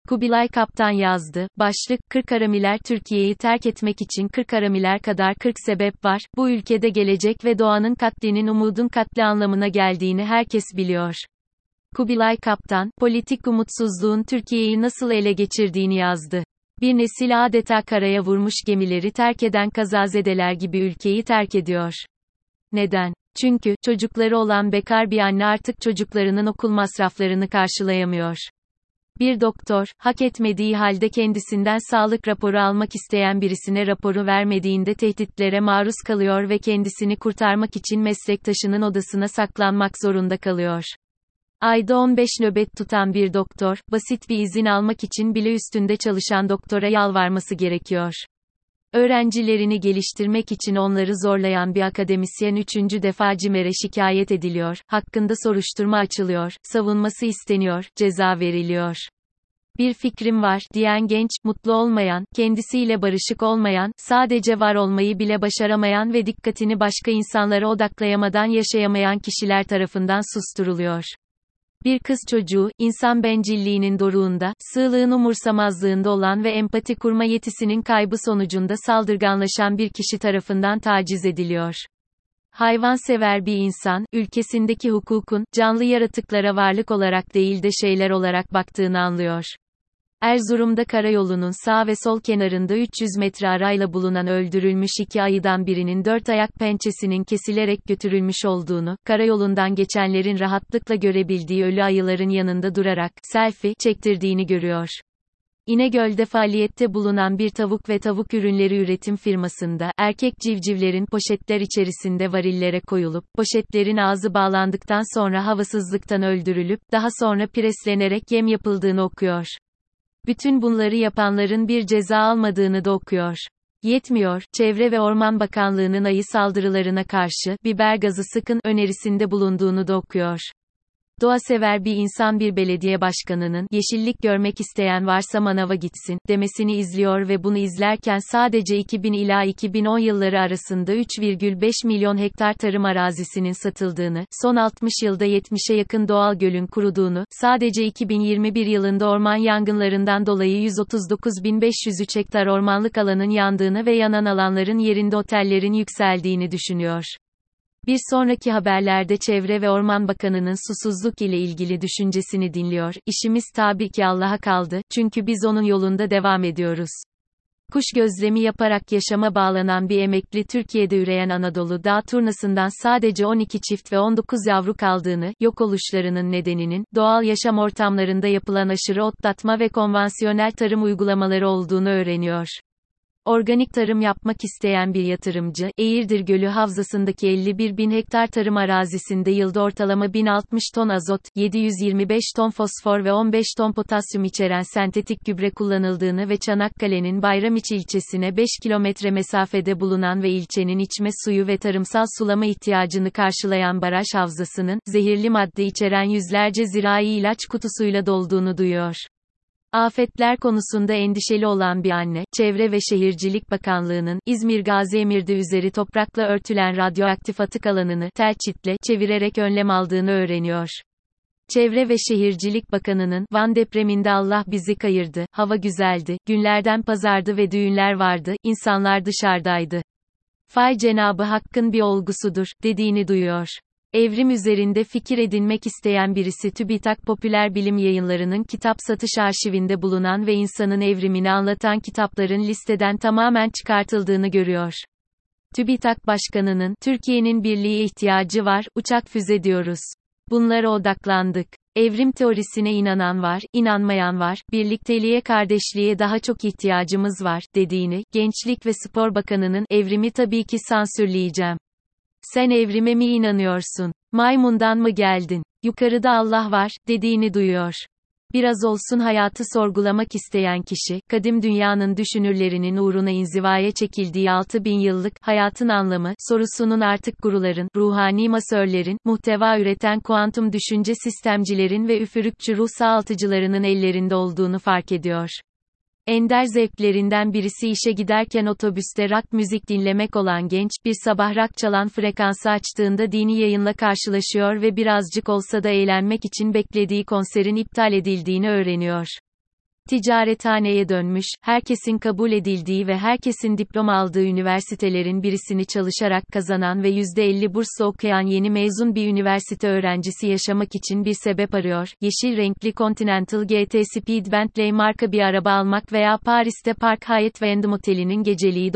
Kubilay Kaptan yazdı. Başlık, 40 haramiler Türkiye'yi terk etmek için 40 haramiler kadar 40 sebep var. Bu ülkede gelecek ve doğanın katlinin umudun katli anlamına geldiğini herkes biliyor. Kubilay Kaptan, politik umutsuzluğun Türkiye'yi nasıl ele geçirdiğini yazdı. Bir nesil adeta karaya vurmuş gemileri terk eden kazazedeler gibi ülkeyi terk ediyor. Neden? Çünkü, çocukları olan bekar bir anne artık çocuklarının okul masraflarını karşılayamıyor. Bir doktor, hak etmediği halde kendisinden sağlık raporu almak isteyen birisine raporu vermediğinde tehditlere maruz kalıyor ve kendisini kurtarmak için meslektaşının odasına saklanmak zorunda kalıyor. Ayda 15 nöbet tutan bir doktor, basit bir izin almak için bile üstünde çalışan doktora yalvarması gerekiyor. Öğrencilerini geliştirmek için onları zorlayan bir akademisyen 3. defa CİMER'e şikayet ediliyor, hakkında soruşturma açılıyor, savunması isteniyor, ceza veriliyor. Bir fikrim var, diyen genç, mutlu olmayan, kendisiyle barışık olmayan, sadece var olmayı bile başaramayan ve dikkatini başka insanlara odaklayamadan yaşayamayan kişiler tarafından susturuluyor. Bir kız çocuğu, insan bencilliğinin doruğunda, sığlığın umursamazlığında olan ve empati kurma yetisinin kaybı sonucunda saldırganlaşan bir kişi tarafından taciz ediliyor. Hayvansever bir insan, ülkesindeki hukukun, canlı yaratıklara varlık olarak değil de şeyler olarak baktığını anlıyor. Erzurum'da karayolunun sağ ve sol kenarında 300 metre arayla bulunan öldürülmüş 2 ayıdan birinin 4 ayak pençesinin kesilerek götürülmüş olduğunu, karayolundan geçenlerin rahatlıkla görebildiği ölü ayıların yanında durarak, selfie, çektirdiğini görüyor. İnegöl'de faaliyette bulunan bir tavuk ve tavuk ürünleri üretim firmasında, erkek civcivlerin poşetler içerisinde varillere koyulup, poşetlerin ağzı bağlandıktan sonra havasızlıktan öldürülüp, daha sonra preslenerek yem yapıldığını okuyor. Bütün bunları yapanların bir ceza almadığını da okuyor. Yetmiyor, Çevre ve Orman Bakanlığı'nın ayı saldırılarına karşı, biber gazı sıkın önerisinde bulunduğunu da okuyor. Doğasever bir insan bir belediye başkanının, yeşillik görmek isteyen varsa manava gitsin, demesini izliyor ve bunu izlerken sadece 2000 ila 2010 yılları arasında 3,5 milyon hektar tarım arazisinin satıldığını, son 60 yılda 70'e yakın doğal gölün kuruduğunu, sadece 2021 yılında orman yangınlarından dolayı 139.503 hektar ormanlık alanın yandığını ve yanan alanların yerinde otellerin yükseldiğini düşünüyor. Bir sonraki haberlerde Çevre ve Orman Bakanı'nın susuzluk ile ilgili düşüncesini dinliyor. İşimiz tabii ki Allah'a kaldı, çünkü biz onun yolunda devam ediyoruz. Kuş gözlemi yaparak yaşama bağlanan bir emekli Türkiye'de üreyen Anadolu Dağ turnasından sadece 12 çift ve 19 yavru kaldığını, yok oluşlarının nedeninin, doğal yaşam ortamlarında yapılan aşırı otlatma ve konvansiyonel tarım uygulamaları olduğunu öğreniyor. Organik tarım yapmak isteyen bir yatırımcı, Eğirdir Gölü Havzası'ndaki 51.000 hektar tarım arazisinde yılda ortalama 1060 ton azot, 725 ton fosfor ve 15 ton potasyum içeren sentetik gübre kullanıldığını ve Çanakkale'nin Bayramiçi ilçesine 5 kilometre mesafede bulunan ve ilçenin içme suyu ve tarımsal sulama ihtiyacını karşılayan baraj havzasının, zehirli madde içeren yüzlerce zirai ilaç kutusuyla dolduğunu duyuyor. Afetler konusunda endişeli olan bir anne, Çevre ve Şehircilik Bakanlığı'nın, İzmir Gaziemir'de üzeri toprakla örtülen radyoaktif atık alanını, telçitle, çevirerek önlem aldığını öğreniyor. Çevre ve Şehircilik Bakanı'nın, Van depreminde Allah bizi kayırdı, hava güzeldi, günlerden pazardı ve düğünler vardı, insanlar dışarıdaydı. Fay Cenabı Hakk'ın bir olgusudur, dediğini duyuyor. Evrim üzerinde fikir edinmek isteyen birisi TÜBİTAK Popüler Bilim Yayınları'nın kitap satış arşivinde bulunan ve insanın evrimini anlatan kitapların listeden tamamen çıkartıldığını görüyor. TÜBİTAK Başkanı'nın, Türkiye'nin birliğe ihtiyacı var, uçak füze diyoruz. Bunlara odaklandık. Evrim teorisine inanan var, inanmayan var, birlikteliğe kardeşliğe daha çok ihtiyacımız var, dediğini, Gençlik ve Spor Bakanı'nın, evrimi tabii ki sansürleyeceğim. Sen evrime mi inanıyorsun? Maymundan mı geldin? Yukarıda Allah var, dediğini duyuyor. Biraz olsun hayatı sorgulamak isteyen kişi, kadim dünyanın düşünürlerinin uğruna inzivaya çekildiği 6000 yıllık, hayatın anlamı, sorusunun artık guruların, ruhani masörlerin, muhteva üreten kuantum düşünce sistemcilerin ve üfürükçü ruh sağaltıcılarının ellerinde olduğunu fark ediyor. Ender zevklerinden birisi işe giderken otobüste rock müzik dinlemek olan genç, bir sabah rock çalan frekansı açtığında dini yayınla karşılaşıyor ve birazcık olsa da eğlenmek için beklediği konserin iptal edildiğini öğreniyor. Ticarethaneye dönmüş, herkesin kabul edildiği ve herkesin diploma aldığı üniversitelerin birisini çalışarak kazanan ve %50 bursla okuyan yeni mezun bir üniversite öğrencisi yaşamak için bir sebep arıyor. Yeşil renkli Continental GT Speed Bentley marka bir araba almak veya Paris'te Park Hyatt Wyndham Oteli'nin geceliği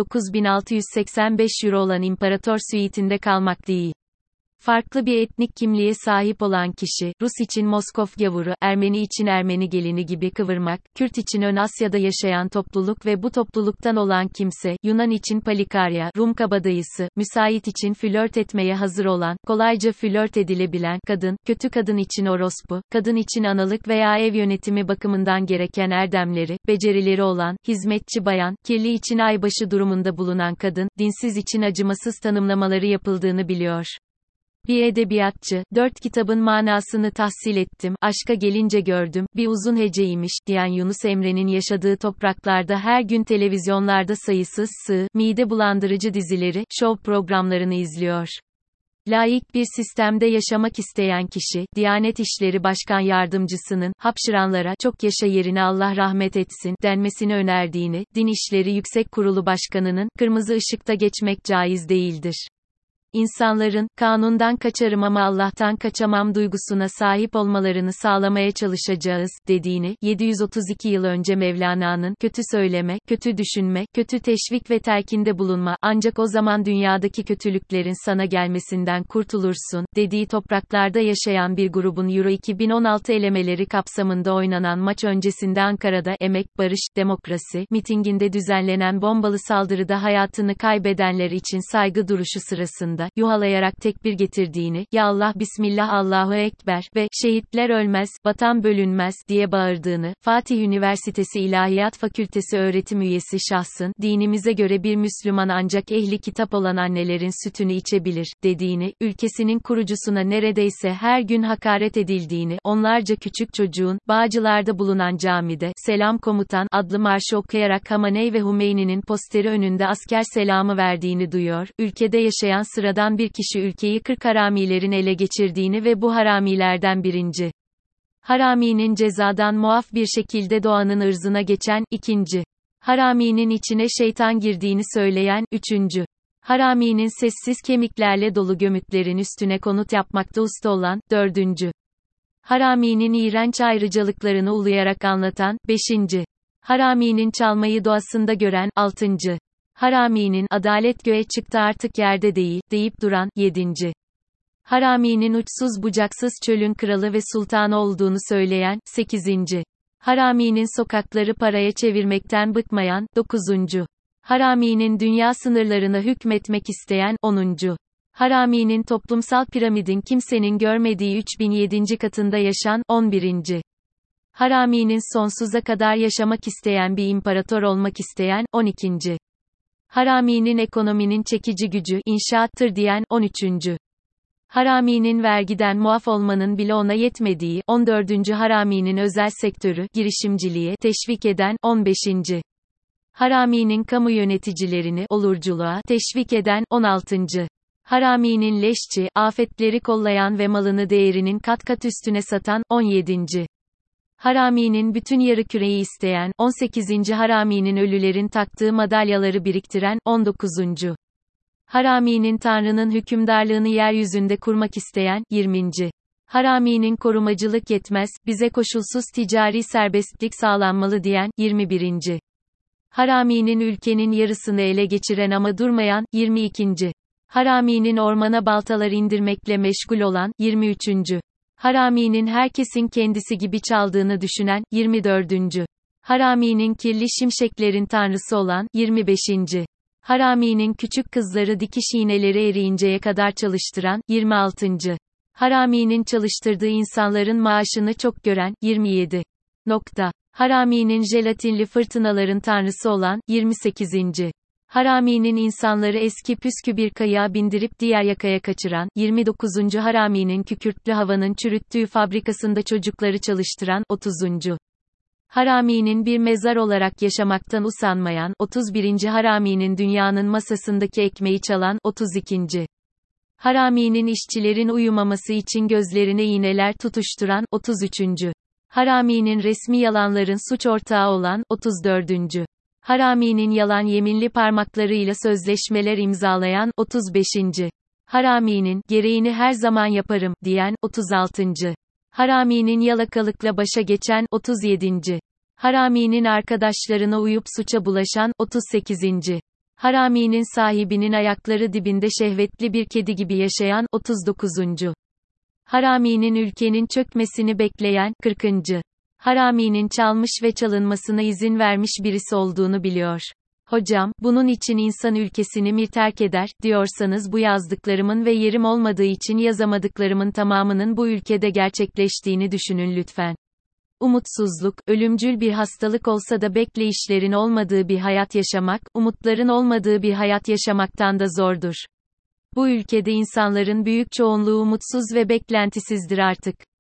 9.685 euro olan İmparator Suite'inde kalmak değil. Farklı bir etnik kimliğe sahip olan kişi, Rus için Moskov gavuru, Ermeni için Ermeni gelini gibi kıvırmak, Kürt için Ön Asya'da yaşayan topluluk ve bu topluluktan olan kimse, Yunan için Palikarya, Rum kabadayısı, müsait için flört etmeye hazır olan, kolayca flört edilebilen kadın, kötü kadın için orospu, kadın için analık veya ev yönetimi bakımından gereken erdemleri, becerileri olan, hizmetçi bayan, kirli için aybaşı durumunda bulunan kadın, dinsiz için acımasız tanımlamaları yapıldığını biliyor. Bir edebiyatçı, 4 kitabın manasını tahsil ettim, aşka gelince gördüm, bir uzun heceymiş, diyen Yunus Emre'nin yaşadığı topraklarda her gün televizyonlarda sayısız sığ, mide bulandırıcı dizileri, şov programlarını izliyor. Laik bir sistemde yaşamak isteyen kişi, Diyanet İşleri Başkan Yardımcısının, hapşıranlara, çok yaşa yerine Allah rahmet etsin, denmesini önerdiğini, Din İşleri Yüksek Kurulu Başkanının, kırmızı ışıkta geçmek caiz değildir. İnsanların, kanundan kaçarım ama Allah'tan kaçamam duygusuna sahip olmalarını sağlamaya çalışacağız, dediğini, 732 yıl önce Mevlana'nın, kötü söyleme, kötü düşünme, kötü teşvik ve telkinde bulunma, ancak o zaman dünyadaki kötülüklerin sana gelmesinden kurtulursun, dediği topraklarda yaşayan bir grubun Euro 2016 elemeleri kapsamında oynanan maç öncesinde Ankara'da, Emek, Barış, Demokrasi, mitinginde düzenlenen bombalı saldırıda hayatını kaybedenler için saygı duruşu sırasında, yuhalayarak tekbir getirdiğini, ya Allah Bismillah Allahu Ekber ve şehitler ölmez, vatan bölünmez diye bağırdığını, Fatih Üniversitesi İlahiyat Fakültesi öğretim üyesi şahsın, dinimize göre bir Müslüman ancak ehli kitap olan annelerin sütünü içebilir, dediğini, ülkesinin kurucusuna neredeyse her gün hakaret edildiğini, onlarca küçük çocuğun, Bağcılar'da bulunan camide, Selam Komutan, adlı marşı okuyarak Hamaney ve Hümeyni'nin posteri önünde asker selamı verdiğini duyuyor, ülkede yaşayan sıradan bir kişi ülkeyi 40 haramilerin ele geçirdiğini ve bu haramilerden birinci haraminin cezadan muaf bir şekilde doğanın ırzına geçen, ikinci haraminin içine şeytan girdiğini söyleyen, üçüncü haraminin sessiz kemiklerle dolu gömütlerin üstüne konut yapmakta usta olan, dördüncü haraminin iğrenç ayrıcalıklarını uluyarak anlatan, beşinci haraminin çalmayı doğasında gören, altıncı haraminin adalet göğe çıktı artık yerde değil, deyip duran, 7. haraminin uçsuz bucaksız çölün kralı ve sultanı olduğunu söyleyen, 8. haraminin sokakları paraya çevirmekten bıkmayan, 9. haraminin dünya sınırlarına hükmetmek isteyen, 10. haraminin toplumsal piramidin kimsenin görmediği 3007. katında yaşan, 11. haraminin sonsuza kadar yaşamak isteyen bir imparator olmak isteyen, 12. haraminin ekonominin çekici gücü, inşaattır diyen, 13. haraminin vergiden muaf olmanın bile ona yetmediği, 14. haraminin özel sektörü, girişimciliğe, teşvik eden, 15. haraminin kamu yöneticilerini, olurculuğa, teşvik eden, 16. haraminin leşçi, afetleri kollayan ve malını değerinin kat kat üstüne satan, 17. haraminin bütün yarıküreyi isteyen, 18. haraminin ölülerin taktığı madalyaları biriktiren, 19. haraminin Tanrı'nın hükümdarlığını yeryüzünde kurmak isteyen, 20. haraminin korumacılık yetmez, bize koşulsuz ticari serbestlik sağlanmalı diyen, 21. haraminin ülkenin yarısını ele geçiren ama durmayan, 22. haraminin ormana baltalar indirmekle meşgul olan, 23. haraminin herkesin kendisi gibi çaldığını düşünen, 24. haraminin kirli şimşeklerin tanrısı olan, 25. haraminin küçük kızları dikiş iğneleri eriyinceye kadar çalıştıran, 26. haraminin çalıştırdığı insanların maaşını çok gören, 27. haraminin jelatinli fırtınaların tanrısı olan, 28. haraminin insanları eski püskü bir kayığa bindirip diğer yakaya kaçıran, 29. haraminin kükürtlü havanın çürüttüğü fabrikasında çocukları çalıştıran, 30. haraminin bir mezar olarak yaşamaktan usanmayan, 31. haraminin dünyanın masasındaki ekmeği çalan, 32. haraminin işçilerin uyumaması için gözlerine iğneler tutuşturan, 33. Harami'nin resmi yalanların suç ortağı olan, 34. Harami'nin yalan yeminli parmaklarıyla sözleşmeler imzalayan, 35. Harami'nin, gereğini her zaman yaparım, diyen, 36. Harami'nin yalakalıkla başa geçen, 37. Harami'nin arkadaşlarına uyup suça bulaşan, 38. Harami'nin sahibinin ayakları dibinde şehvetli bir kedi gibi yaşayan, 39. Harami'nin ülkenin çökmesini bekleyen, 40. Harami'nin çalmış ve çalınmasına izin vermiş birisi olduğunu biliyor. Hocam, bunun için insan ülkesini mi terk eder, diyorsanız bu yazdıklarımın ve yerim olmadığı için yazamadıklarımın tamamının bu ülkede gerçekleştiğini düşünün lütfen. Umutsuzluk, ölümcül bir hastalık olsa da bekleyişlerin olmadığı bir hayat yaşamak, umutların olmadığı bir hayat yaşamaktan da zordur. Bu ülkede insanların büyük çoğunluğu mutsuz ve beklentisizdir artık.